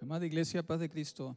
Amada Iglesia, paz de Cristo.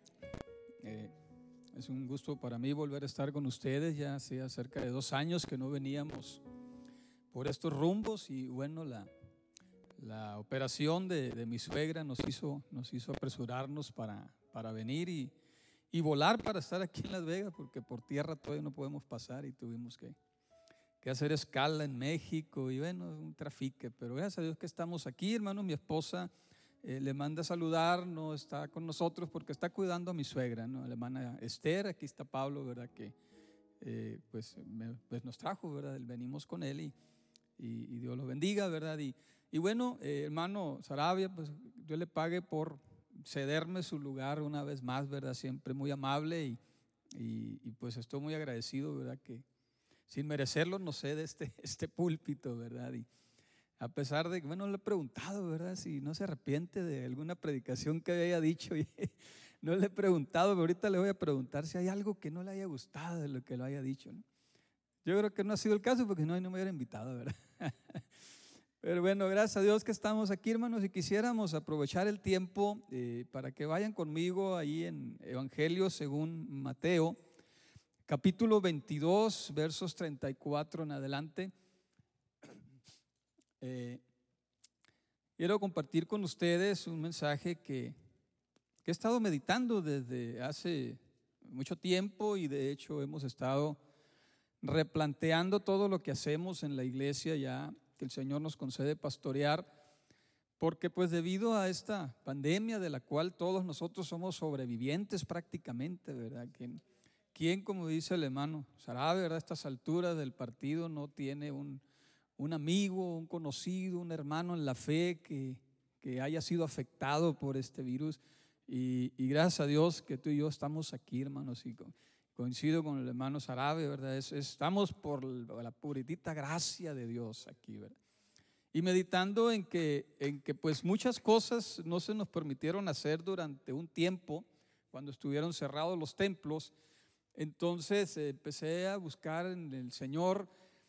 Es un gusto para mí volver a estar con ustedes. Ya hacía cerca de 2 años que no veníamos por estos rumbos y bueno, la operación de mi suegra nos hizo apresurarnos para venir y volar para estar aquí en Las Vegas, porque por tierra todavía no podemos pasar y tuvimos que hacer escala en México y bueno, un trafique, pero gracias a Dios que estamos aquí, hermano. Mi esposa le manda a saludar, no está con nosotros porque está cuidando a mi suegra, ¿no? La hermana Esther. Aquí está Pablo, ¿verdad? Que pues nos trajo, ¿verdad? Venimos con él y Dios lo bendiga, ¿verdad? Y bueno, hermano Sarabia, pues Dios le pague por cederme su lugar una vez más, ¿verdad? Siempre muy amable y pues estoy muy agradecido, ¿verdad? Que sin merecerlo nos cede este púlpito, ¿verdad? Y a pesar de que, bueno, le he preguntado, ¿verdad? Si no se arrepiente de alguna predicación que haya dicho. Y no le he preguntado, pero ahorita le voy a preguntar si hay algo que no le haya gustado de lo que lo haya dicho, ¿no? Yo creo que no ha sido el caso porque no me hubiera invitado, ¿verdad? Pero bueno, gracias a Dios que estamos aquí, hermanos, y quisiéramos aprovechar el tiempo para que vayan conmigo ahí en Evangelio según Mateo, capítulo 22, versos 34 en adelante. Quiero compartir con ustedes un mensaje que he estado meditando desde hace mucho tiempo y de hecho hemos estado replanteando todo lo que hacemos en la iglesia ya que el Señor nos concede pastorear, porque pues debido a esta pandemia de la cual todos nosotros somos sobrevivientes prácticamente, ¿verdad? ¿Quién, como dice el hermano Sarabia, ¿verdad? A estas alturas del partido no tiene un amigo, un conocido, un hermano en la fe que haya sido afectado por este virus? Y gracias a Dios que tú y yo estamos aquí, hermanos, y coincido con el hermano Sarabia, ¿verdad? Estamos por la puritita gracia de Dios aquí, ¿verdad? Y meditando en que pues muchas cosas no se nos permitieron hacer durante un tiempo cuando estuvieron cerrados los templos. Entonces empecé a buscar en el Señor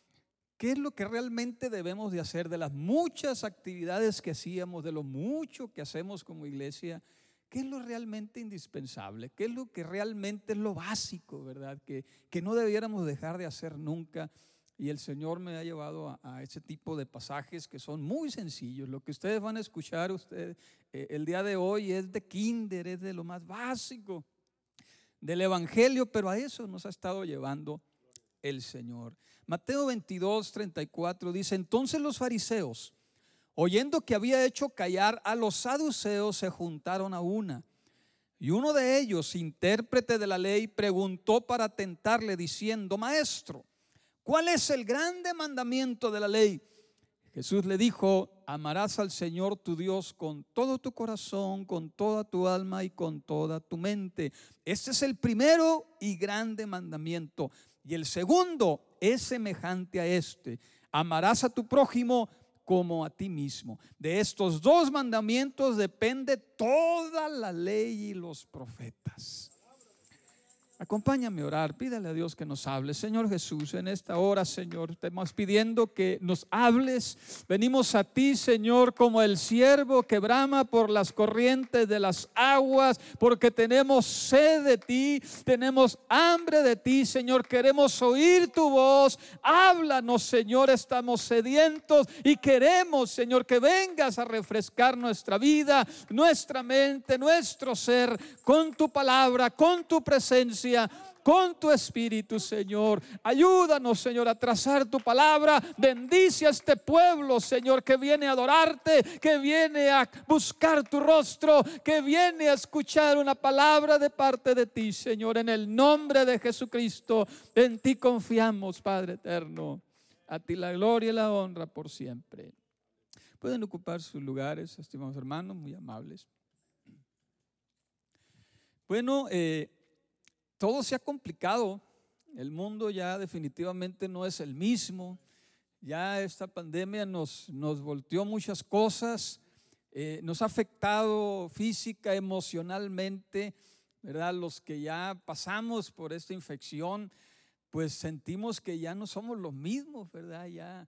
qué es lo que realmente debemos de hacer de las muchas actividades que hacíamos, de lo mucho que hacemos como iglesia. ¿Qué es lo realmente indispensable? ¿Qué es lo que realmente es lo básico, verdad? Que no debiéramos dejar de hacer nunca. Y el Señor me ha llevado a ese tipo de pasajes que son muy sencillos. Lo que ustedes van a escuchar el día de hoy es de kinder, es de lo más básico del Evangelio, pero a eso nos ha estado llevando el Señor. Mateo 22, 34 dice: entonces los fariseos, oyendo que había hecho callar a los saduceos, se juntaron a una. Y uno de ellos, intérprete de la ley, preguntó para tentarle diciendo: maestro, ¿cuál es el grande mandamiento de la ley? Jesús le dijo: amarás al Señor tu Dios con todo tu corazón, con toda tu alma y con toda tu mente. Este es el primero y grande mandamiento. Y el segundo es semejante a este: amarás a tu prójimo como a ti mismo. De estos 2 mandamientos depende toda la ley y los profetas. Acompáñame a orar, pídale a Dios que nos hable. Señor Jesús, en esta hora, Señor, te estamos pidiendo que nos hables. Venimos a ti, Señor, como el siervo que brama por las corrientes de las aguas, porque tenemos sed de ti, tenemos hambre de ti, Señor. Queremos oír tu voz. Háblanos, Señor, estamos sedientos y queremos, Señor, que vengas a refrescar nuestra vida, nuestra mente, nuestro ser, con tu palabra, con tu presencia, con tu espíritu, Señor. Ayúdanos, Señor, a trazar tu palabra. Bendice a este pueblo, Señor, que viene a adorarte, que viene a buscar tu rostro, que viene a escuchar una palabra de parte de ti, Señor. En el nombre de Jesucristo, en ti confiamos, Padre eterno. A ti la gloria y la honra por siempre. Pueden ocupar sus lugares, estimados hermanos, muy amables. Bueno, todo se ha complicado. El mundo ya definitivamente no es el mismo. Ya esta pandemia nos volteó muchas cosas, nos ha afectado física, emocionalmente, ¿verdad? Los que ya pasamos por esta infección, pues sentimos que ya no somos los mismos, ¿verdad? Ya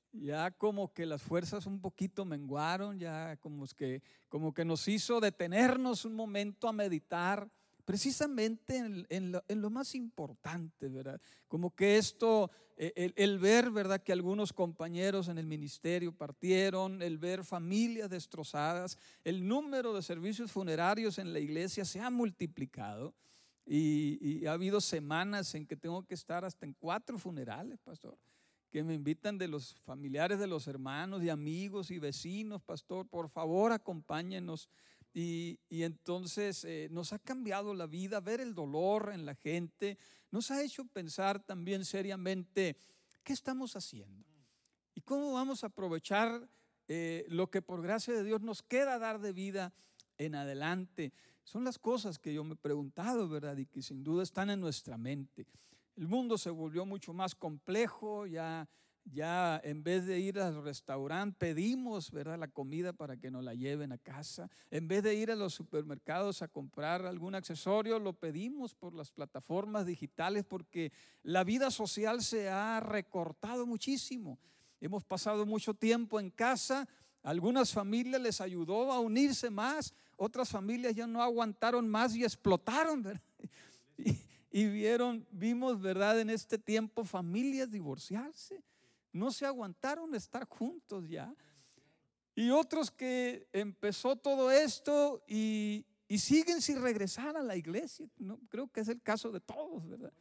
Ya como que las fuerzas un poquito menguaron, ya como que nos hizo detenernos un momento a meditar precisamente en lo más importante, ¿verdad? Como que esto, el ver, ¿verdad?, que algunos compañeros en el ministerio partieron, el ver familias destrozadas, el número de servicios funerarios en la iglesia se ha multiplicado y ha habido semanas en que tengo que estar hasta en 4 funerales, pastor, que me invitan de los familiares de los hermanos y amigos y vecinos, pastor, por favor acompáñenos. Y entonces nos ha cambiado la vida, ver el dolor en la gente, nos ha hecho pensar también seriamente qué estamos haciendo y cómo vamos a aprovechar lo que por gracia de Dios nos queda dar de vida en adelante. Son las cosas que yo me he preguntado, ¿verdad? Y que sin duda están en nuestra mente. El mundo se volvió mucho más complejo, ya en vez de ir al restaurante pedimos, ¿verdad?, la comida para que nos la lleven a casa. En vez de ir a los supermercados a comprar algún accesorio, lo pedimos por las plataformas digitales porque la vida social se ha recortado muchísimo. Hemos pasado mucho tiempo en casa. Algunas familias les ayudó a unirse más, otras familias ya no aguantaron más y explotaron, ¿verdad? Y vimos, ¿verdad?, en este tiempo familias divorciarse. No se aguantaron estar juntos ya. Y otros que empezó todo esto y siguen sin regresar a la iglesia. No, creo que es el caso de todos, ¿verdad?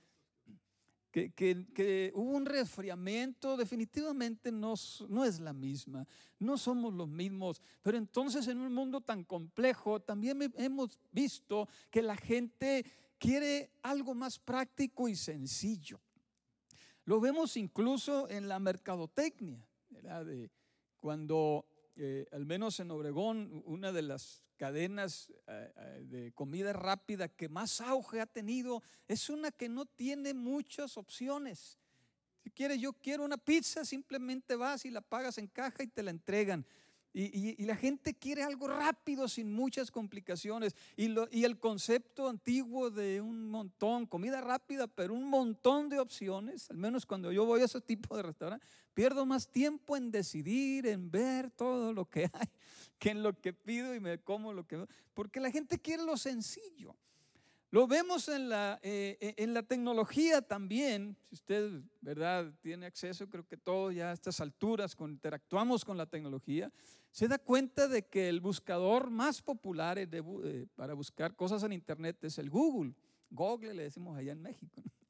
Que hubo un resfriamiento, definitivamente no es la misma, no somos los mismos. Pero entonces en un mundo tan complejo también hemos visto que la gente quiere algo más práctico y sencillo. Lo vemos incluso en la mercadotecnia, ¿verdad? Cuando, al menos en Obregón, una de las cadenas de comida rápida que más auge ha tenido es una que no tiene muchas opciones. Si quieres, yo quiero una pizza, simplemente vas y la pagas en caja y te la entregan. Y la gente quiere algo rápido, sin muchas complicaciones. Y el concepto antiguo de un montón, comida rápida, pero un montón de opciones, al menos cuando yo voy a ese tipo de restaurante, pierdo más tiempo en decidir, en ver todo lo que hay, que en lo que pido y me como lo que... Porque la gente quiere lo sencillo. Lo vemos en la tecnología también. Si usted, ¿verdad?, tiene acceso, creo que todos ya a estas alturas interactuamos con la tecnología, se da cuenta de que el buscador más popular para buscar cosas en internet es el Google. Google le decimos allá en México, ¿no?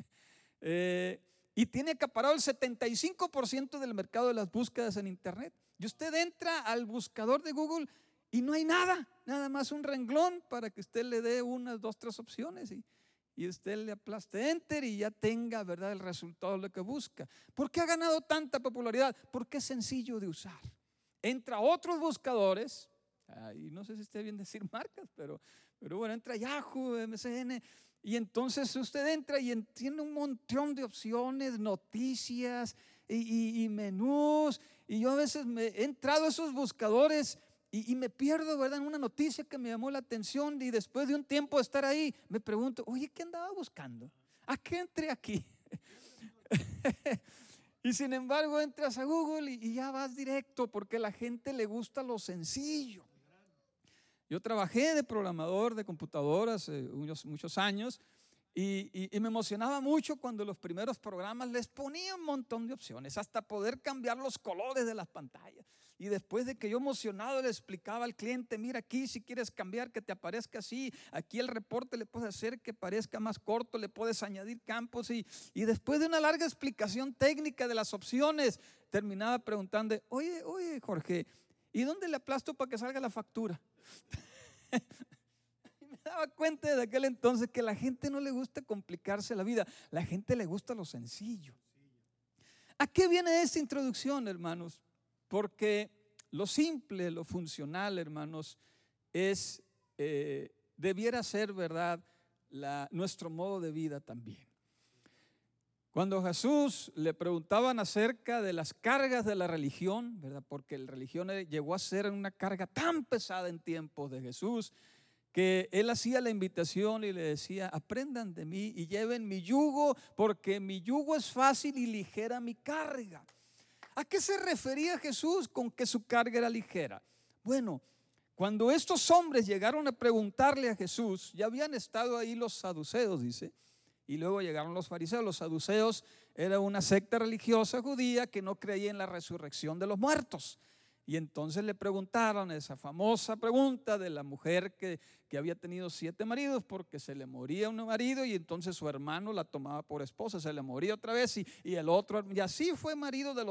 Y tiene acaparado el 75% del mercado de las búsquedas en internet. Y usted entra al buscador de Google y no hay nada más un renglón para que usted le dé 1, 2, 3 opciones y usted le aplaste Enter y ya tenga, ¿verdad?, el resultado de lo que busca. ¿Por qué ha ganado tanta popularidad? Porque es sencillo de usar. Entra a otros buscadores, y no sé si esté bien decir marcas, pero bueno, entra Yahoo, MSN, y entonces usted entra y tiene un montón de opciones, noticias y menús. Y yo a veces he entrado a esos buscadores y me pierdo, ¿verdad?, en una noticia que me llamó la atención y después de un tiempo de estar ahí me pregunto, oye, ¿qué andaba buscando? ¿A qué entré aquí? Y sin embargo entras a Google y ya vas directo porque a la gente le gusta lo sencillo. Yo trabajé de programador de computadoras muchos años y me emocionaba mucho cuando los primeros programas les ponía un montón de opciones, hasta poder cambiar los colores de las pantallas. Y después de que yo emocionado le explicaba al cliente, mira aquí si quieres cambiar que te aparezca así, aquí el reporte le puedes hacer que parezca más corto, le puedes añadir campos y después de una larga explicación técnica de las opciones, terminaba preguntando, oye Jorge, ¿y dónde le aplasto para que salga la factura? Y me daba cuenta de aquel entonces que a la gente no le gusta complicarse la vida, la gente le gusta lo sencillo. ¿A qué viene esta introducción, hermanos? Porque lo simple, lo funcional, hermanos, debiera ser, ¿verdad?, nuestro modo de vida también. Cuando a Jesús le preguntaban acerca de las cargas de la religión, ¿verdad?, porque la religión llegó a ser una carga tan pesada en tiempos de Jesús, que él hacía la invitación y le decía, aprendan de mí y lleven mi yugo, porque mi yugo es fácil y ligera mi carga. ¿A qué se refería Jesús con que su carga era ligera? Bueno, cuando estos hombres llegaron a preguntarle a Jesús, ya habían estado ahí los saduceos, dice, y luego llegaron los fariseos. Los saduceos era una secta religiosa judía que no creía en la resurrección de los muertos. Y entonces le preguntaron esa famosa pregunta de la mujer que había tenido 7 maridos porque se le moría un marido y entonces su hermano la tomaba por esposa, se le moría otra vez y el otro, y así fue marido de los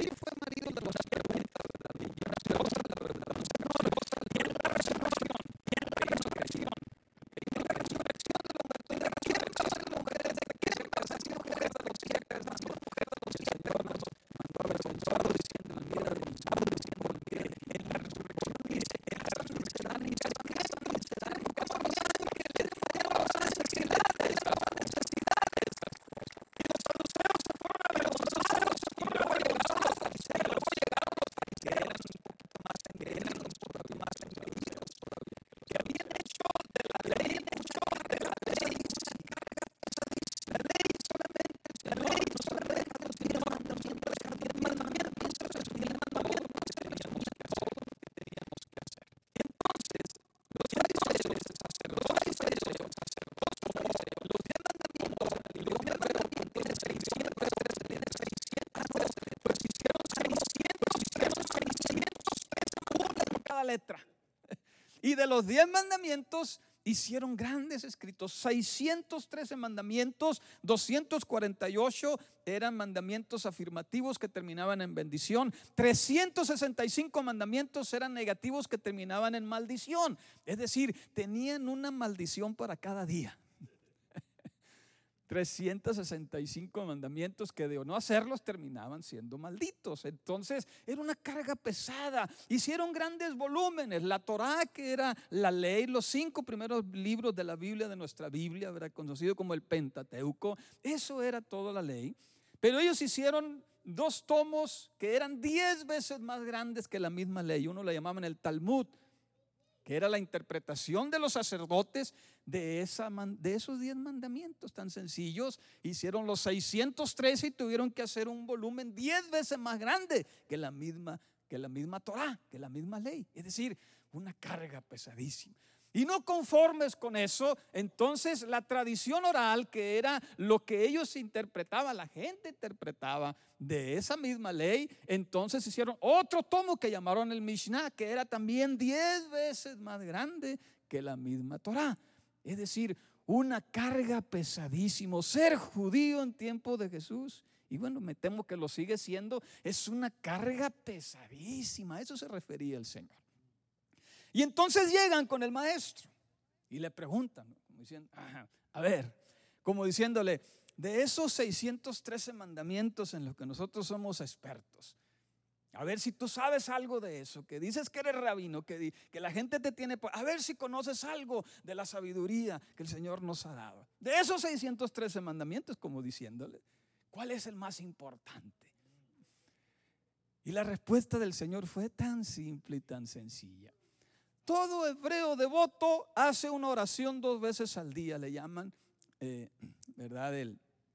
letra. Y de los 10 mandamientos hicieron grandes escritos, 613 mandamientos, 248 eran mandamientos afirmativos que terminaban en bendición, 365 mandamientos eran negativos que terminaban en maldición. Es decir, tenían una maldición para cada día. 365 mandamientos que de no hacerlos terminaban siendo malditos. Entonces era una carga pesada. Hicieron grandes volúmenes. La Torá, que era la ley, los 5 primeros libros de la Biblia, de nuestra Biblia, ¿verdad? Conocido como el Pentateuco, eso era toda la ley. Pero ellos hicieron 2 tomos que eran 10 veces más grandes que la misma ley. Uno le llamaban el Talmud, que era la interpretación de los sacerdotes de esos 10 mandamientos tan sencillos. Hicieron los 613 y tuvieron que hacer un volumen 10 veces más grande que la misma Torá, que la misma ley. Es decir, una carga pesadísima. Y no conformes con eso, entonces la tradición oral, que era lo que ellos interpretaban, la gente interpretaba de esa misma ley, entonces hicieron otro tomo que llamaron el Mishnah, que era también 10 veces más grande que la misma Torá. Es decir, una carga pesadísima. Ser judío en tiempo de Jesús, y bueno, me temo que lo sigue siendo, es una carga pesadísima. A eso se refería el Señor. Y entonces llegan con el maestro y le preguntan, como diciendo, a ver, como diciéndole, de esos 613 mandamientos en los que nosotros somos expertos, a ver si tú sabes algo de eso, que dices que eres rabino, que la gente te tiene, a ver si conoces algo de la sabiduría que el Señor nos ha dado. De esos 613 mandamientos, como diciéndole, ¿cuál es el más importante? Y la respuesta del Señor fue tan simple y tan sencilla. Todo hebreo devoto hace una oración 2 veces al día, le llaman, ¿verdad? El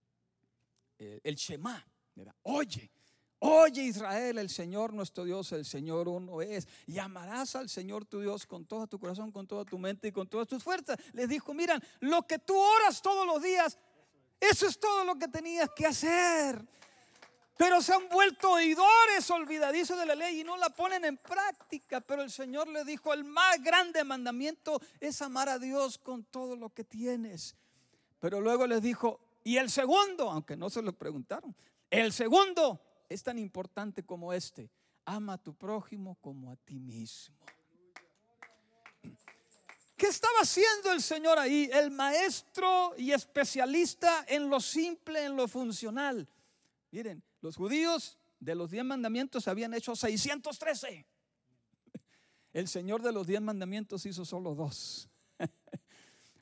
Shema, ¿verdad? Oye Israel, el Señor nuestro Dios, el Señor uno es. Y amarás al Señor tu Dios con todo tu corazón, con toda tu mente y con todas tus fuerzas. Les dijo, miren, lo que tú oras todos los días, eso es todo lo que tenías que hacer. Pero se han vuelto oidores olvidadizos de la ley y no la ponen en práctica. Pero el Señor le dijo, el más grande mandamiento es amar a Dios con todo lo que tienes. Pero luego les dijo, y el segundo, aunque no se lo preguntaron, el segundo es tan importante como este: ama a tu prójimo como a ti mismo. ¿Qué estaba haciendo el Señor ahí? El maestro y especialista en lo simple, en lo funcional. Miren, los judíos de los 10 mandamientos habían hecho 613. El Señor de los 10 mandamientos hizo solo 2.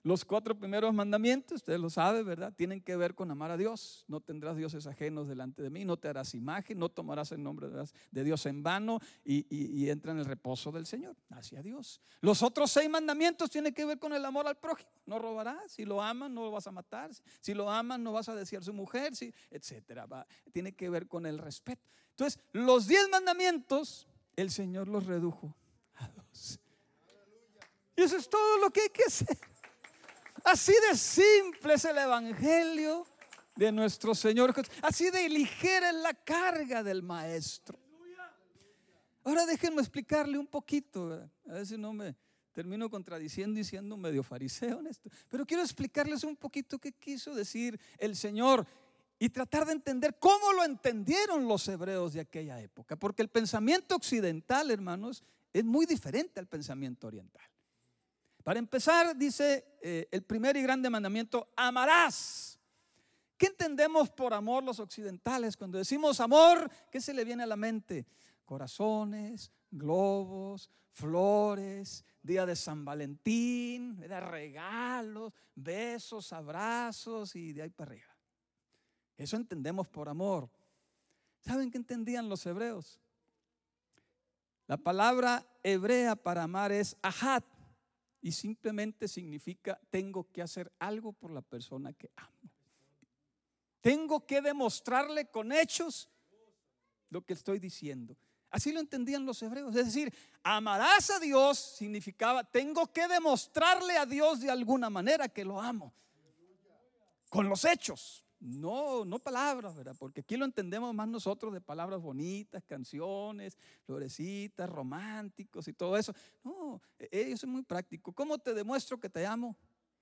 Los 4 primeros mandamientos, usted lo sabe, ¿verdad? Tienen que ver con amar a Dios. No tendrás dioses ajenos delante de mí, no te harás imagen, no tomarás el nombre de Dios en vano y entra en el reposo del Señor, hacia Dios. Los otros 6 mandamientos tienen que ver con el amor al prójimo. No robarás, si lo amas no lo vas a matar, si lo amas no vas a desear su mujer, etcétera. Tiene que ver con el respeto. Entonces, los 10 mandamientos, el Señor los redujo a 2. Y eso es todo lo que hay que hacer. Así de simple es el evangelio de nuestro Señor Jesús. Así de ligera es la carga del maestro. Ahora déjenme explicarle un poquito, ¿verdad? A ver si no me termino contradiciendo y siendo medio fariseo en esto. Pero quiero explicarles un poquito qué quiso decir el Señor y tratar de entender cómo lo entendieron los hebreos de aquella época. Porque el pensamiento occidental, hermanos, es muy diferente al pensamiento oriental. Para empezar, dice el primer y grande mandamiento: amarás. ¿Qué entendemos por amor los occidentales? Cuando decimos amor, ¿qué se le viene a la mente? Corazones, globos, flores, día de San Valentín, regalos, besos, abrazos y de ahí para arriba. Eso entendemos por amor. ¿Saben qué entendían los hebreos? La palabra hebrea para amar es ahat. Y simplemente significa: tengo que hacer algo por la persona que amo. Tengo que demostrarle con hechos lo que estoy diciendo. Así lo entendían los hebreos. Es decir, amarás a Dios significaba: tengo que demostrarle a Dios de alguna manera que lo amo. Con los hechos. No palabras, ¿verdad? Porque aquí lo entendemos más nosotros de palabras bonitas, canciones, florecitas, románticos y todo eso. No, eso es muy práctico. ¿Cómo te demuestro que te amo?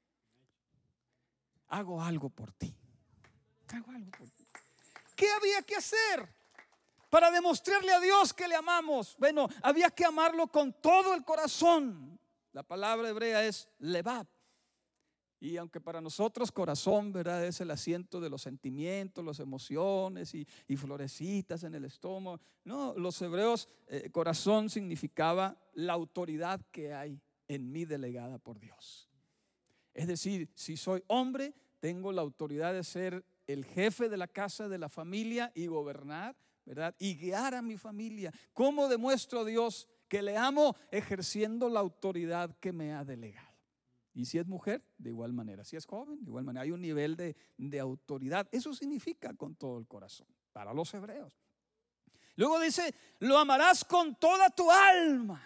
Hago algo por ti. Hago algo por ti. ¿Qué había que hacer para demostrarle a Dios que le amamos? Bueno, había que amarlo con todo el corazón. La palabra hebrea es levab. Y aunque para nosotros corazón, ¿verdad?, es el asiento de los sentimientos, las emociones y florecitas en el estómago. No, los hebreos, corazón significaba la autoridad que hay en mí delegada por Dios. Es decir, si soy hombre, tengo la autoridad de ser el jefe de la casa, de la familia y gobernar, ¿verdad?, y guiar a mi familia. ¿Cómo demuestro a Dios que le amo? Ejerciendo la autoridad que me ha delegado. Y si es mujer, de igual manera. Si es joven, de igual manera. Hay un nivel de autoridad. Eso significa con todo el corazón para los hebreos. Luego dice: lo amarás con toda tu alma.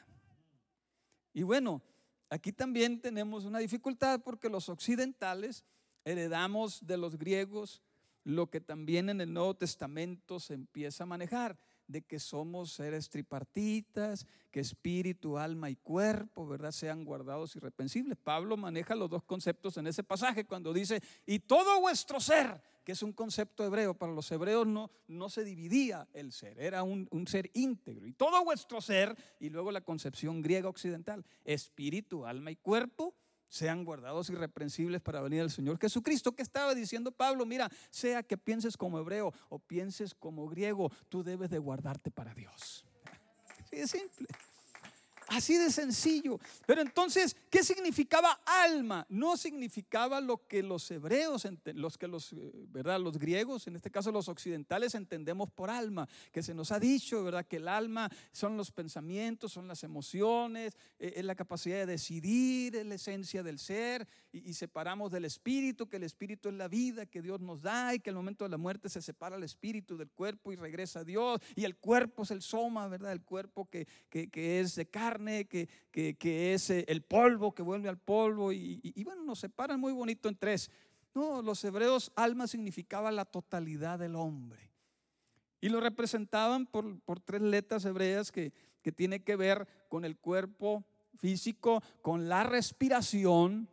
Y bueno, aquí también tenemos una dificultad, porque los occidentales heredamos de los griegos lo que también en el Nuevo Testamento se empieza a manejar, de que somos seres tripartitas, que espíritu, alma y cuerpo, ¿verdad?, sean guardados irreprensibles. Pablo maneja los 2 conceptos en ese pasaje cuando dice: y todo vuestro ser, que es un concepto hebreo. Para los hebreos no se dividía el ser, era un ser íntegro. Y todo vuestro ser, y luego la concepción griega occidental: espíritu, alma y cuerpo sean guardados irreprensibles para venir al Señor Jesucristo. ¿Qué estaba diciendo Pablo? Mira, sea que pienses como hebreo o pienses como griego, tú debes de guardarte para Dios. Así de simple. Así de sencillo. Pero entonces, ¿qué significaba alma? No significaba lo que los hebreos, ¿verdad?, los griegos, en este caso los occidentales, entendemos por alma, que se nos ha dicho, ¿verdad?, que el alma son los pensamientos, son las emociones, es la capacidad de decidir, es la esencia del ser, y separamos del espíritu, que el espíritu es la vida que Dios nos da, y que al momento de la muerte se separa el espíritu del cuerpo y regresa a Dios, y el cuerpo es el soma, ¿verdad?, el cuerpo que es de carne, que es el polvo que vuelve al polvo, y bueno, nos separan muy bonito en 3. No, los hebreos, alma significaba la totalidad del hombre, y lo representaban por 3 letras hebreas que tiene que ver con el cuerpo físico, con la respiración,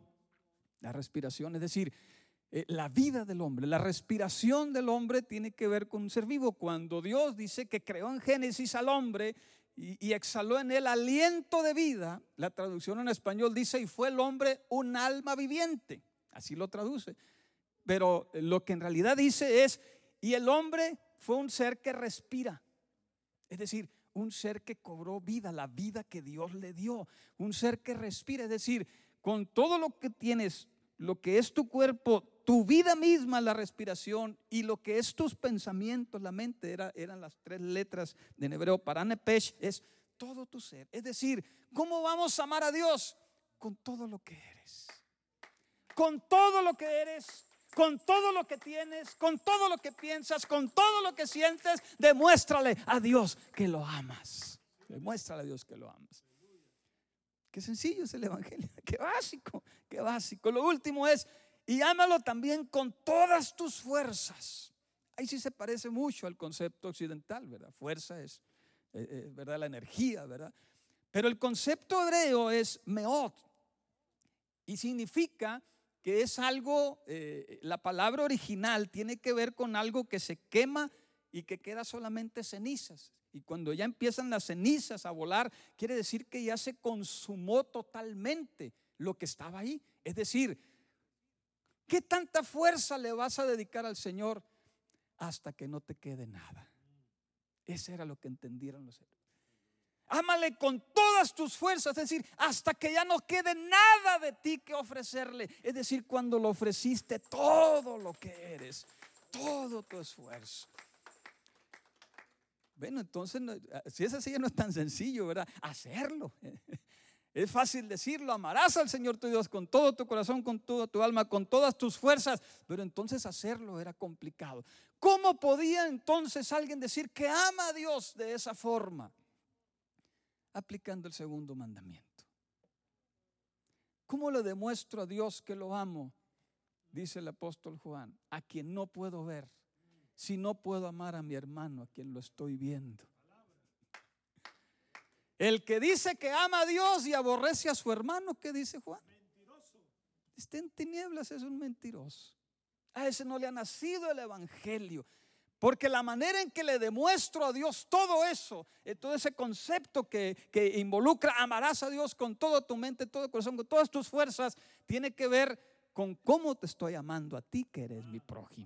es decir, la vida del hombre, la respiración del hombre tiene que ver con un ser vivo. Cuando Dios dice que creó en Génesis al hombre y exhaló en él aliento de vida, la traducción en español dice: y fue el hombre un alma viviente. Así lo traduce. Pero lo que en realidad dice es: y el hombre fue un ser que respira. Es decir, un ser que cobró vida, la vida que Dios le dio. Un ser que respira, es decir, con todo lo que tienes lo que es tu cuerpo, tu vida misma, la respiración, y lo que es tus pensamientos, la mente, eran las 3 letras de en hebreo. Paranepesh es todo tu ser. Es decir, ¿cómo vamos a amar a Dios? Con todo lo que eres. Con todo lo que eres, con todo lo que tienes, con todo lo que piensas, con todo lo que sientes, demuéstrale a Dios que lo amas. Demuéstrale a Dios que lo amas. Qué sencillo es el evangelio, qué básico, qué básico. Lo último es, y ámalo también con todas tus fuerzas. Ahí sí se parece mucho al concepto occidental, ¿verdad? Fuerza es, ¿verdad? La energía, ¿verdad? Pero el concepto hebreo es meot y significa que es algo, la palabra original tiene que ver con algo que se quema y que queda solamente cenizas. Y cuando ya empiezan las cenizas a volar, quiere decir que ya se consumó totalmente lo que estaba ahí. Es decir, ¿qué tanta fuerza le vas a dedicar al Señor hasta que no te quede nada? Ese era lo que entendieron los héroes. Ámale con todas tus fuerzas, es decir, hasta que ya no quede nada de ti que ofrecerle. Es decir, cuando lo ofreciste todo lo que eres, todo tu esfuerzo. Bueno, entonces, si es así, ya no es tan sencillo, ¿verdad? Hacerlo. Es fácil decirlo, amarás al Señor tu Dios con todo tu corazón, con toda tu alma, con todas tus fuerzas. Pero entonces hacerlo era complicado. ¿Cómo podía entonces alguien decir que ama a Dios de esa forma? Aplicando el segundo mandamiento. ¿Cómo le demuestro a Dios que lo amo? Dice el apóstol Juan, a quien no puedo ver, si no puedo amar a mi hermano, a quien lo estoy viendo. El que dice que ama a Dios y aborrece a su hermano, ¿qué dice Juan? Mentiroso. Está en tinieblas, es un mentiroso. A ese no le ha nacido el evangelio. Porque la manera en que le demuestro a Dios todo eso, todo ese concepto que involucra amarás a Dios con toda tu mente, todo tu corazón, con todas tus fuerzas, tiene que ver con cómo te estoy amando a ti, que eres mi prójimo.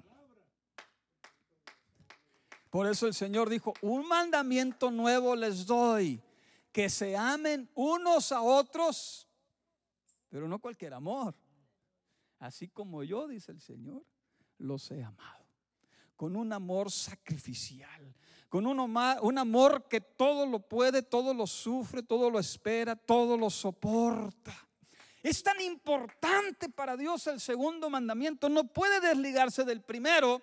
Por eso el Señor dijo, un mandamiento nuevo les doy, que se amen unos a otros, pero no cualquier amor. Así como yo, dice el Señor, los he amado. Con un amor sacrificial, con un amor que todo lo puede, todo lo sufre, todo lo espera, todo lo soporta. Es tan importante para Dios el segundo mandamiento, no puede desligarse del primero,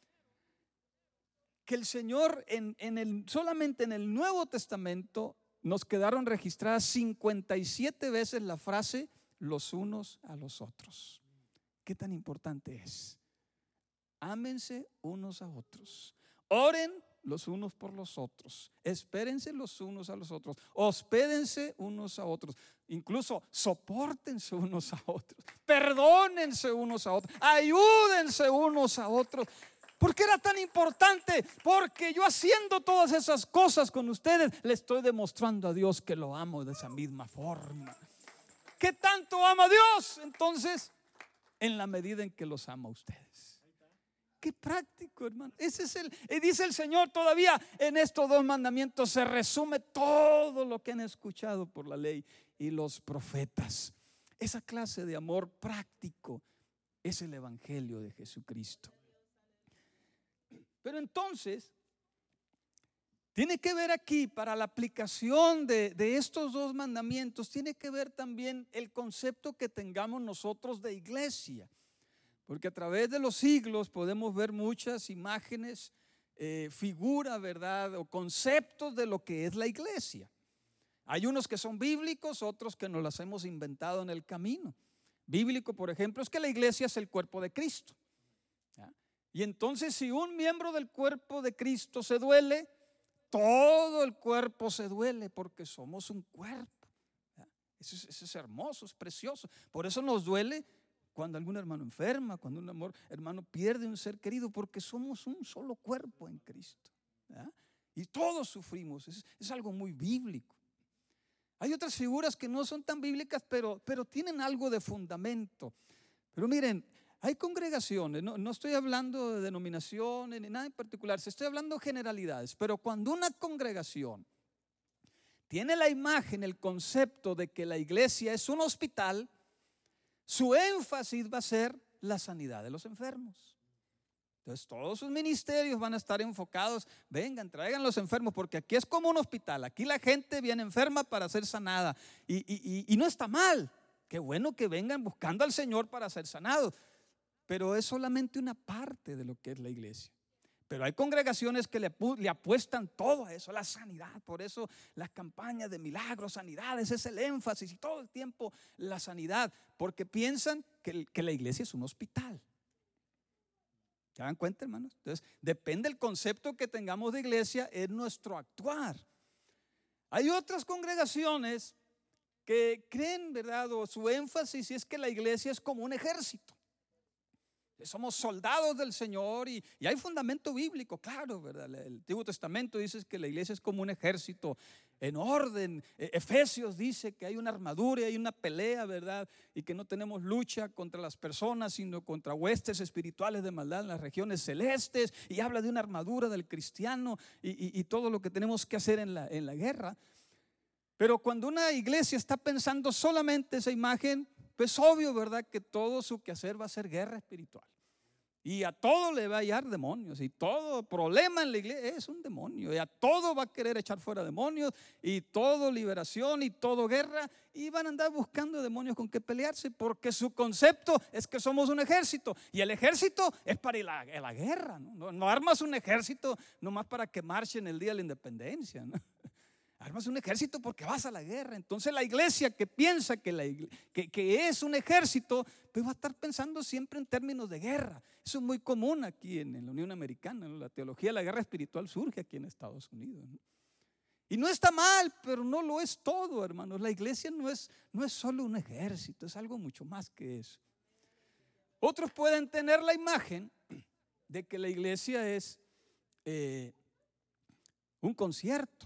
que el Señor solamente en el Nuevo Testamento nos quedaron registradas 57 veces la frase los unos a los otros. ¿Qué tan importante es? Ámense unos a otros. Oren los unos por los otros. Espérense los unos a los otros. Hospédense unos a otros. Incluso sopórtense unos a otros. Perdónense unos a otros. Ayúdense unos a otros. ¿Por qué era tan importante? Porque yo haciendo todas esas cosas con ustedes, le estoy demostrando a Dios que lo amo de esa misma forma. ¿Qué tanto ama a Dios? Entonces, en la medida en que los ama a ustedes. Qué práctico, hermano. Ese es dice el Señor todavía, en estos 2 mandamientos se resume todo lo que han escuchado por la ley y los profetas. Esa clase de amor práctico es el evangelio de Jesucristo. Pero entonces, tiene que ver aquí, para la aplicación de estos 2 mandamientos, tiene que ver también el concepto que tengamos nosotros de iglesia. Porque a través de los siglos podemos ver muchas imágenes, figuras, ¿verdad? O conceptos de lo que es la iglesia. Hay unos que son bíblicos, otros que nos las hemos inventado en el camino. Bíblico, por ejemplo, es que la iglesia es el cuerpo de Cristo. ¿Ya? Y entonces, si un miembro del cuerpo de Cristo se duele, todo el cuerpo se duele porque somos un cuerpo. ¿Ya? Eso es hermoso, es precioso. Por eso nos duele cuando algún hermano enferma, cuando un hermano pierde un ser querido, porque somos un solo cuerpo en Cristo. ¿Ya? Y todos sufrimos, es algo muy bíblico. Hay otras figuras que no son tan bíblicas, pero tienen algo de fundamento. Pero miren, hay congregaciones, no estoy hablando de denominaciones ni nada en particular, estoy hablando de generalidades, pero cuando una congregación tiene la imagen, el concepto de que la iglesia es un hospital, Su énfasis va a ser la sanidad de los enfermos. Entonces todos sus ministerios van a estar enfocados, vengan, traigan los enfermos, porque aquí es como un hospital, aquí la gente viene enferma para ser sanada y no está mal, qué bueno que vengan buscando al Señor para ser sanados, pero es solamente una parte de lo que es la iglesia. Pero hay congregaciones que le apuestan todo a eso, a la sanidad. Por eso las campañas de milagros, sanidades, es el énfasis y todo el tiempo la sanidad, porque piensan que la iglesia es un hospital. ¿Se dan cuenta, hermanos? Entonces, depende del concepto que tengamos de iglesia, es nuestro actuar. Hay otras congregaciones que creen, ¿verdad? O su énfasis es que la iglesia es como un ejército. Somos soldados del Señor y hay fundamento bíblico, claro, ¿verdad? El Antiguo Testamento dice que la iglesia es como un ejército en orden. Efesios dice que hay una armadura y hay una pelea, ¿verdad? Y que no tenemos lucha contra las personas, sino contra huestes espirituales de maldad en las regiones celestes. Y habla de una armadura del cristiano y todo lo que tenemos que hacer en la guerra. Pero cuando una iglesia está pensando solamente esa imagen, pues obvio, ¿verdad? Que todo su quehacer va a ser guerra espiritual. Y a todo le va a hallar demonios. Y todo problema en la iglesia es un demonio. Y a todo va a querer echar fuera demonios. Y todo liberación y todo guerra. Y van a andar buscando demonios con que pelearse. Porque su concepto es que somos un ejército. Y el ejército es para la guerra. No armas un ejército nomás para que marchen el día de la independencia, ¿no? Armas un ejército porque vas a la guerra. Entonces la iglesia que piensa que es un ejército, pues va a estar pensando siempre en términos de guerra. Eso es muy común aquí en la Unión Americana, ¿no? La teología de la guerra espiritual surge aquí en Estados Unidos, ¿no? Y no está mal, pero no lo es todo, hermanos. La iglesia no es solo un ejército, es algo mucho más que eso. Otros pueden tener la imagen de que la iglesia es un concierto.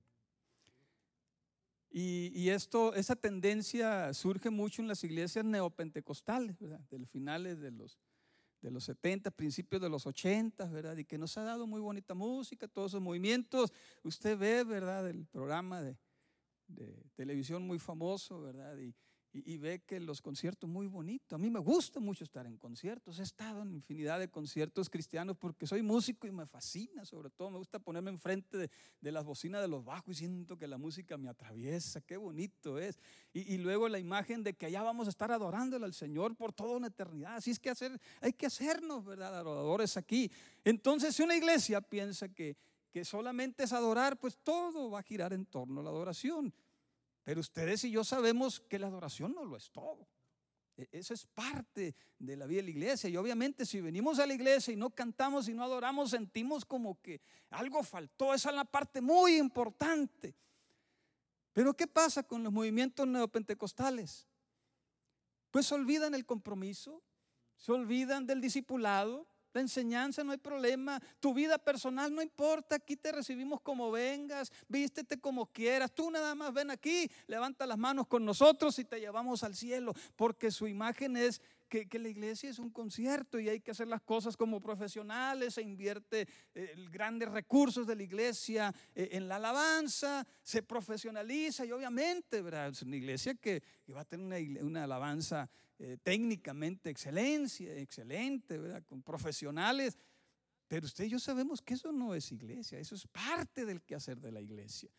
Y esa tendencia surge mucho en las iglesias neopentecostales, ¿verdad? De los finales de los 70, principios de los 80, ¿verdad? Y que nos ha dado muy bonita música, todos esos movimientos. Usted ve, ¿verdad? El programa de televisión muy famoso, ¿verdad? Y ve que los conciertos muy bonitos. A mí me gusta mucho estar en conciertos. He estado en infinidad de conciertos cristianos porque soy músico y me fascina. Sobre todo me gusta ponerme enfrente de las bocinas de los bajos y siento que la música me atraviesa. Qué bonito es. Y luego la imagen de que allá vamos a estar adorándole al Señor por toda una eternidad. Así es que hay que hacernos, ¿verdad? Adoradores aquí. Entonces, si una iglesia piensa que solamente es adorar, pues todo va a girar en torno a la adoración. Pero ustedes y yo sabemos que la adoración no lo es todo. Eso es parte de la vida de la iglesia. Y obviamente si venimos a la iglesia y no cantamos y no adoramos, sentimos como que algo faltó. Esa es la parte muy importante. Pero ¿qué pasa con los movimientos neopentecostales? Pues se olvidan el compromiso, se olvidan del discipulado. La enseñanza no hay problema, tu vida personal no importa, aquí te recibimos como vengas, vístete como quieras, tú nada más ven aquí, levanta las manos con nosotros y te llevamos al cielo, porque su imagen es que la iglesia es un concierto y hay que hacer las cosas como profesionales, se invierte grandes recursos de la iglesia en la alabanza, se profesionaliza y obviamente, ¿verdad? Es una iglesia que va a tener una alabanza técnicamente excelente, ¿verdad? Con profesionales, pero usted y yo sabemos que eso no es iglesia, eso es parte del quehacer de la iglesia.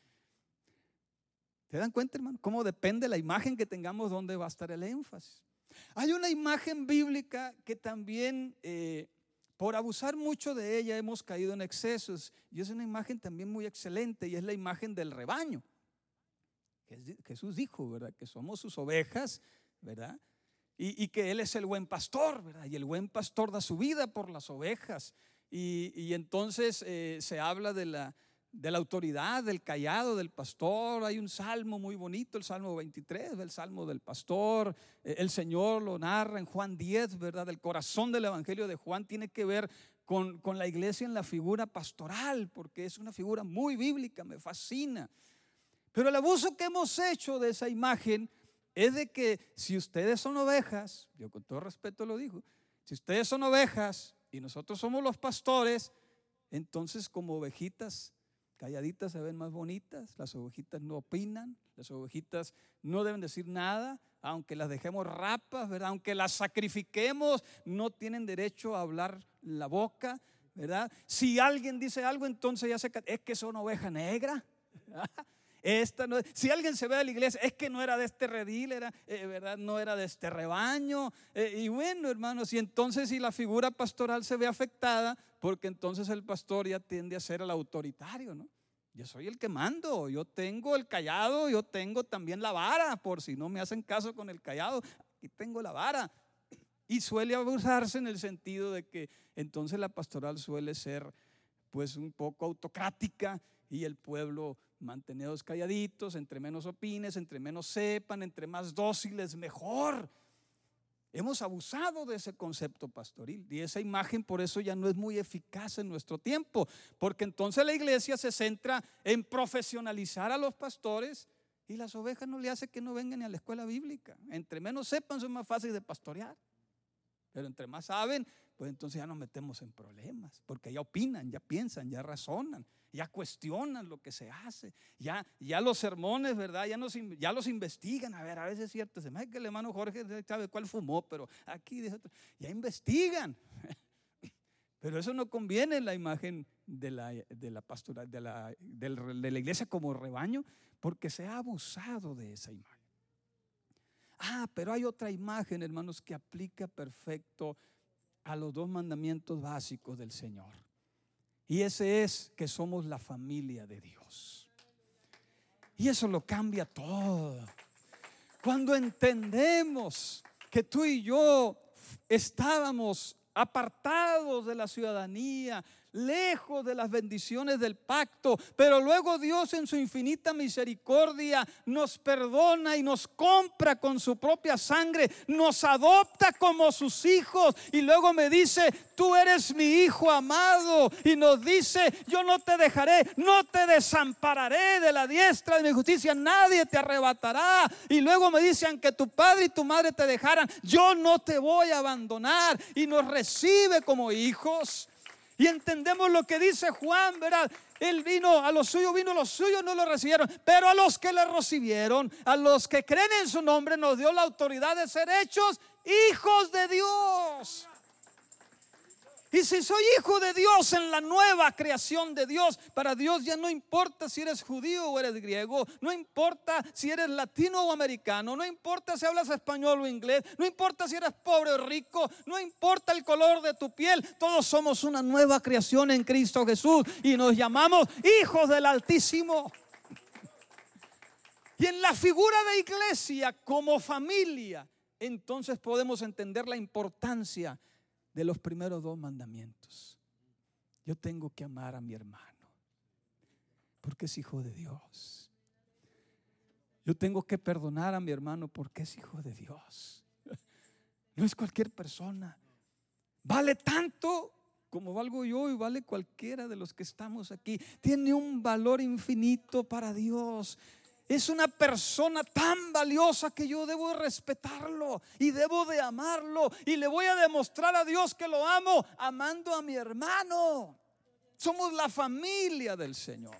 ¿Se dan cuenta, hermano? ¿Cómo depende la imagen que tengamos, dónde va a estar el énfasis? Hay una imagen bíblica que también por abusar mucho de ella hemos caído en excesos, y es una imagen también muy excelente, y es la imagen del rebaño. Jesús dijo, ¿verdad? Que somos sus ovejas, ¿verdad? Y que Él es el buen pastor, ¿verdad? Y el buen pastor da su vida por las ovejas. Y entonces se habla de la autoridad, del cayado, del pastor. Hay un salmo muy bonito, el Salmo 23, el Salmo del pastor. El Señor lo narra en Juan 10, ¿verdad? El corazón del Evangelio de Juan tiene que ver con la iglesia en la figura pastoral, porque es una figura muy bíblica, me fascina. Pero el abuso que hemos hecho de esa imagen es de que si ustedes son ovejas, yo con todo respeto lo digo, si ustedes son ovejas y nosotros somos los pastores, entonces como ovejitas Calladitas se ven más bonitas, las ovejitas no opinan, las ovejitas no deben decir nada, aunque las dejemos rapas, ¿verdad? Aunque las sacrifiquemos, no tienen derecho a hablar la boca, ¿verdad? Si alguien dice algo, entonces ya es que es una oveja negra. Esta no, si alguien se ve a la iglesia, es que no era de este redil, ¿verdad? No era de este rebaño. Y bueno, hermanos, y entonces si la figura pastoral se ve afectada, porque entonces el pastor ya tiende a ser el autoritario, ¿no? Yo soy el que mando, yo tengo el cayado, yo tengo también la vara, por si no me hacen caso con el cayado, aquí tengo la vara. Y suele abusarse en el sentido de que entonces la pastoral suele ser pues un poco autocrática y el pueblo mantenedos calladitos, entre menos opines, entre menos sepan, entre más dóciles mejor. Hemos abusado de ese concepto pastoril y esa imagen por eso ya no es muy eficaz en nuestro tiempo, porque entonces la iglesia se centra en profesionalizar a los pastores y las ovejas no le hace que no vengan ni a la escuela bíblica. Entre menos sepan son más fáciles de pastorear, pero entre más saben, pues entonces ya nos metemos en problemas, porque ya opinan, ya piensan, ya razonan, ya cuestionan lo que se hace, ya los sermones, ¿verdad? Ya los investigan. A veces es cierto, se me hace que el hermano Jorge sabe cuál fumó, pero aquí dice otro, ya investigan. Pero eso no conviene en la imagen de la pastora, de la iglesia como rebaño, porque se ha abusado de esa imagen. Pero hay otra imagen, hermanos, que aplica perfecto a los dos mandamientos básicos del Señor. Y ese es que somos la familia de Dios. Y eso lo cambia todo. Cuando entendemos que tú y yo estábamos apartados de la ciudadanía, lejos de las bendiciones del pacto, pero luego Dios en su infinita misericordia nos perdona y nos compra con su propia sangre, nos adopta como sus hijos y luego me dice: tú eres mi hijo amado, y nos dice: yo no te dejaré, no te desampararé, de la diestra de mi justicia nadie te arrebatará. Y luego me dice: aunque tu padre y tu madre te dejaran, yo no te voy a abandonar, y nos recibe como hijos. Y entendemos lo que dice Juan, ¿verdad? Él vino, a los suyos no lo recibieron, pero a los que le recibieron, a los que creen en su nombre, nos dio la autoridad de ser hechos hijos de Dios. Y si soy hijo de Dios en la nueva creación de Dios, para Dios ya no importa si eres judío o eres griego, no importa si eres latino o americano, no importa si hablas español o inglés, no importa si eres pobre o rico, no importa el color de tu piel, todos somos una nueva creación en Cristo Jesús y nos llamamos hijos del Altísimo. Y en la figura de iglesia como familia, entonces podemos entender la importancia de los primeros dos mandamientos. Yo tengo que amar a mi hermano porque es hijo de Dios. Yo tengo que perdonar a mi hermano porque es hijo de Dios. No es cualquier persona. Vale tanto como valgo yo y vale cualquiera de los que estamos aquí. Tiene un valor infinito para Dios. Es una persona tan valiosa que yo debo respetarlo y debo de amarlo, y le voy a demostrar a Dios que lo amo amando a mi hermano. Somos la familia del Señor.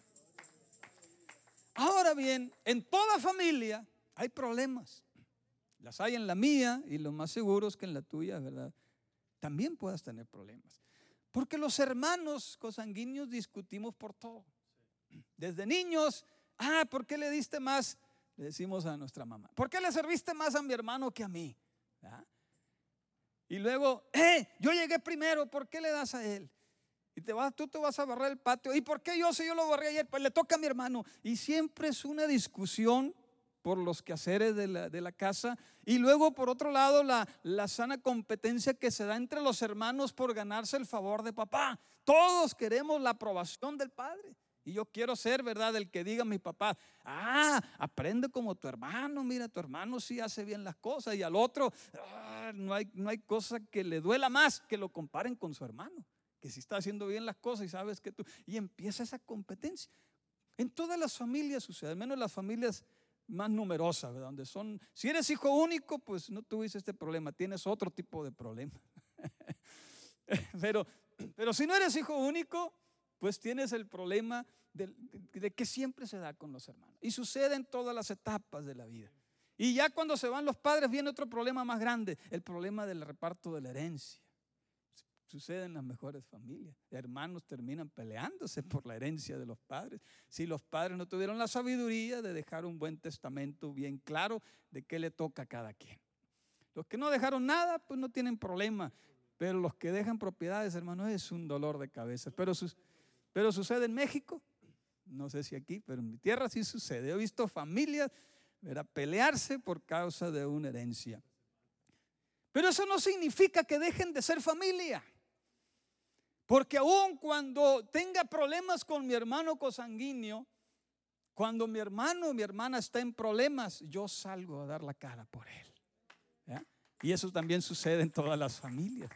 Ahora bien, en toda familia hay problemas. Las hay en la mía y lo más seguro es que en la tuya, ¿verdad? También puedas tener problemas. Porque los hermanos consanguíneos discutimos por todo. Desde niños: ¿por qué le diste más? Le decimos a nuestra mamá. ¿Por qué le serviste más a mi hermano que a mí? ¿Ah? Y luego: yo llegué primero, ¿por qué le das a él? Y tú te vas a barrer el patio. ¿Y por qué si yo lo barré ayer? Pues le toca a mi hermano. Y siempre es una discusión por los quehaceres de la casa. Y luego por otro lado la sana competencia que se da entre los hermanos por ganarse el favor de papá. Todos queremos la aprobación del padre. Y yo quiero ser, ¿verdad?, el que diga a mi papá: aprende como tu hermano, mira, tu hermano sí hace bien las cosas. Y al otro, no hay cosa que le duela más que lo comparen con su hermano, que si está haciendo bien las cosas y sabes que tú. Y empieza esa competencia. En todas las familias sucede, al menos las familias más numerosas, ¿verdad? Donde si eres hijo único, pues no tuviste este problema, tienes otro tipo de problema. pero si no eres hijo único, pues tienes el problema de que siempre se da con los hermanos. Y sucede en todas las etapas de la vida. Y ya cuando se van los padres viene otro problema más grande, el problema del reparto de la herencia. Sucede en las mejores familias. Hermanos terminan peleándose por la herencia de los padres. Si los padres no tuvieron la sabiduría de dejar un buen testamento bien claro de qué le toca a cada quien. Los que no dejaron nada, pues no tienen problema. Pero los que dejan propiedades, hermano, es un dolor de cabeza. Pero sucede en México. No sé si aquí, pero en mi tierra sí sucede. He visto familias, ¿verdad?, pelearse por causa de una herencia. Pero eso no significa que dejen de ser familia. Porque aún cuando tenga problemas con mi hermano consanguíneo, cuando mi hermano o mi hermana está en problemas, yo salgo a dar la cara por él. ¿Ya? Y eso también sucede en todas las familias.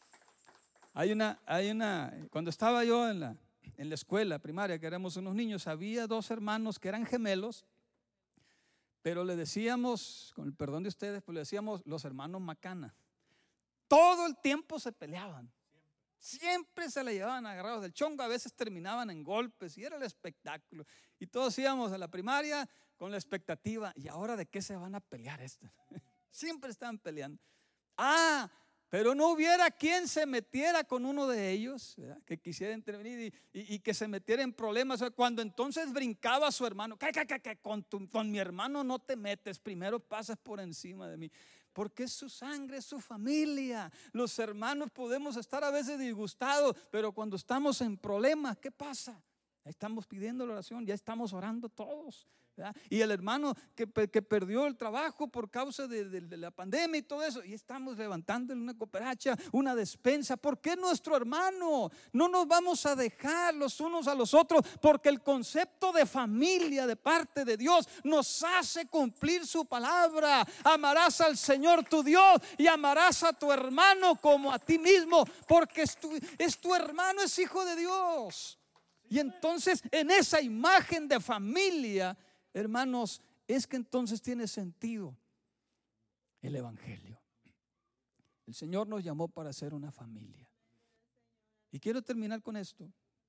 Cuando estaba yo en la escuela primaria, que éramos unos niños, había dos hermanos que eran gemelos, pero le decíamos, con el perdón de ustedes, pues le decíamos los hermanos Macana. Todo el tiempo se peleaban. Siempre se le llevaban agarrados del chongo, a veces terminaban en golpes y era el espectáculo. Y todos íbamos a la primaria con la expectativa, ¿y ahora de qué se van a pelear estos? Siempre estaban peleando. Pero no hubiera quien se metiera con uno de ellos, ¿verdad?, que quisiera intervenir y que se metiera en problemas. Cuando entonces brincaba a su hermano, con mi hermano no te metes, primero pasas por encima de mí. Porque es su sangre, es su familia. Los hermanos podemos estar a veces disgustados, pero cuando estamos en problemas, ¿qué pasa? Ahí estamos pidiendo la oración, ya estamos orando todos, ¿verdad? Y el hermano que perdió el trabajo por causa de la pandemia y todo eso, y estamos levantándole una cooperacha, una despensa, porque es nuestro hermano. No nos vamos a dejar los unos a los otros, porque el concepto de familia de parte de Dios nos hace cumplir su palabra. Amarás al Señor tu Dios y amarás a tu hermano como a ti mismo, porque es tu hermano, es hijo de Dios. Y entonces en esa imagen de familia, hermanos, es que entonces tiene sentido el evangelio. El Señor nos llamó para ser una familia. Y quiero terminar con esto.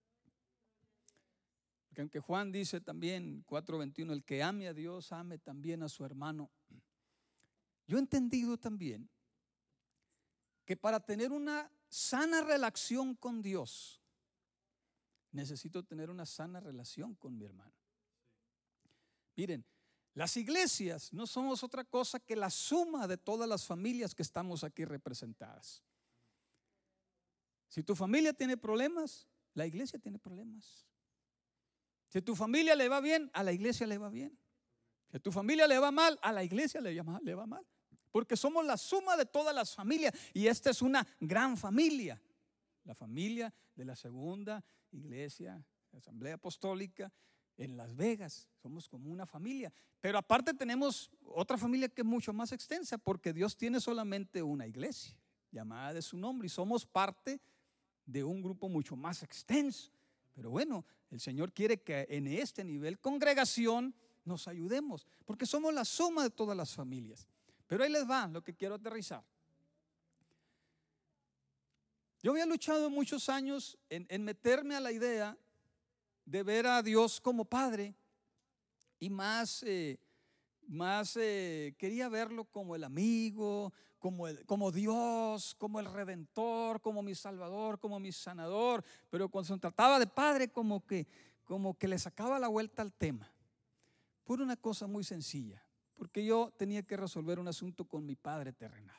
Porque aunque Juan dice también 4:21, el que ame a Dios, ame también a su hermano. Yo he entendido también que para tener una sana relación con Dios, necesito tener una sana relación con mi hermano. Miren, las iglesias no somos otra cosa que la suma de todas las familias que estamos aquí representadas. Si tu familia tiene problemas, la iglesia tiene problemas. Si a tu familia le va bien, a la iglesia le va bien. Si a tu familia le va mal, a la iglesia le va mal. Porque somos la suma de todas las familias. Y esta es una gran familia. La familia de la segunda iglesia, la Asamblea Apostólica en Las Vegas. Somos como una familia. Pero aparte tenemos otra familia que es mucho más extensa, porque Dios tiene solamente una iglesia llamada de su nombre y somos parte de un grupo mucho más extenso. Pero bueno, el Señor quiere que en este nivel congregación nos ayudemos, porque somos la suma de todas las familias. Pero ahí les va lo que quiero aterrizar. Yo había luchado muchos años en meterme a la idea de ver a Dios como Padre y más quería verlo como el amigo, como Dios, como el Redentor, como mi Salvador, como mi sanador. Pero cuando se trataba de Padre, como que le sacaba la vuelta al tema por una cosa muy sencilla, porque yo tenía que resolver un asunto con mi padre terrenal.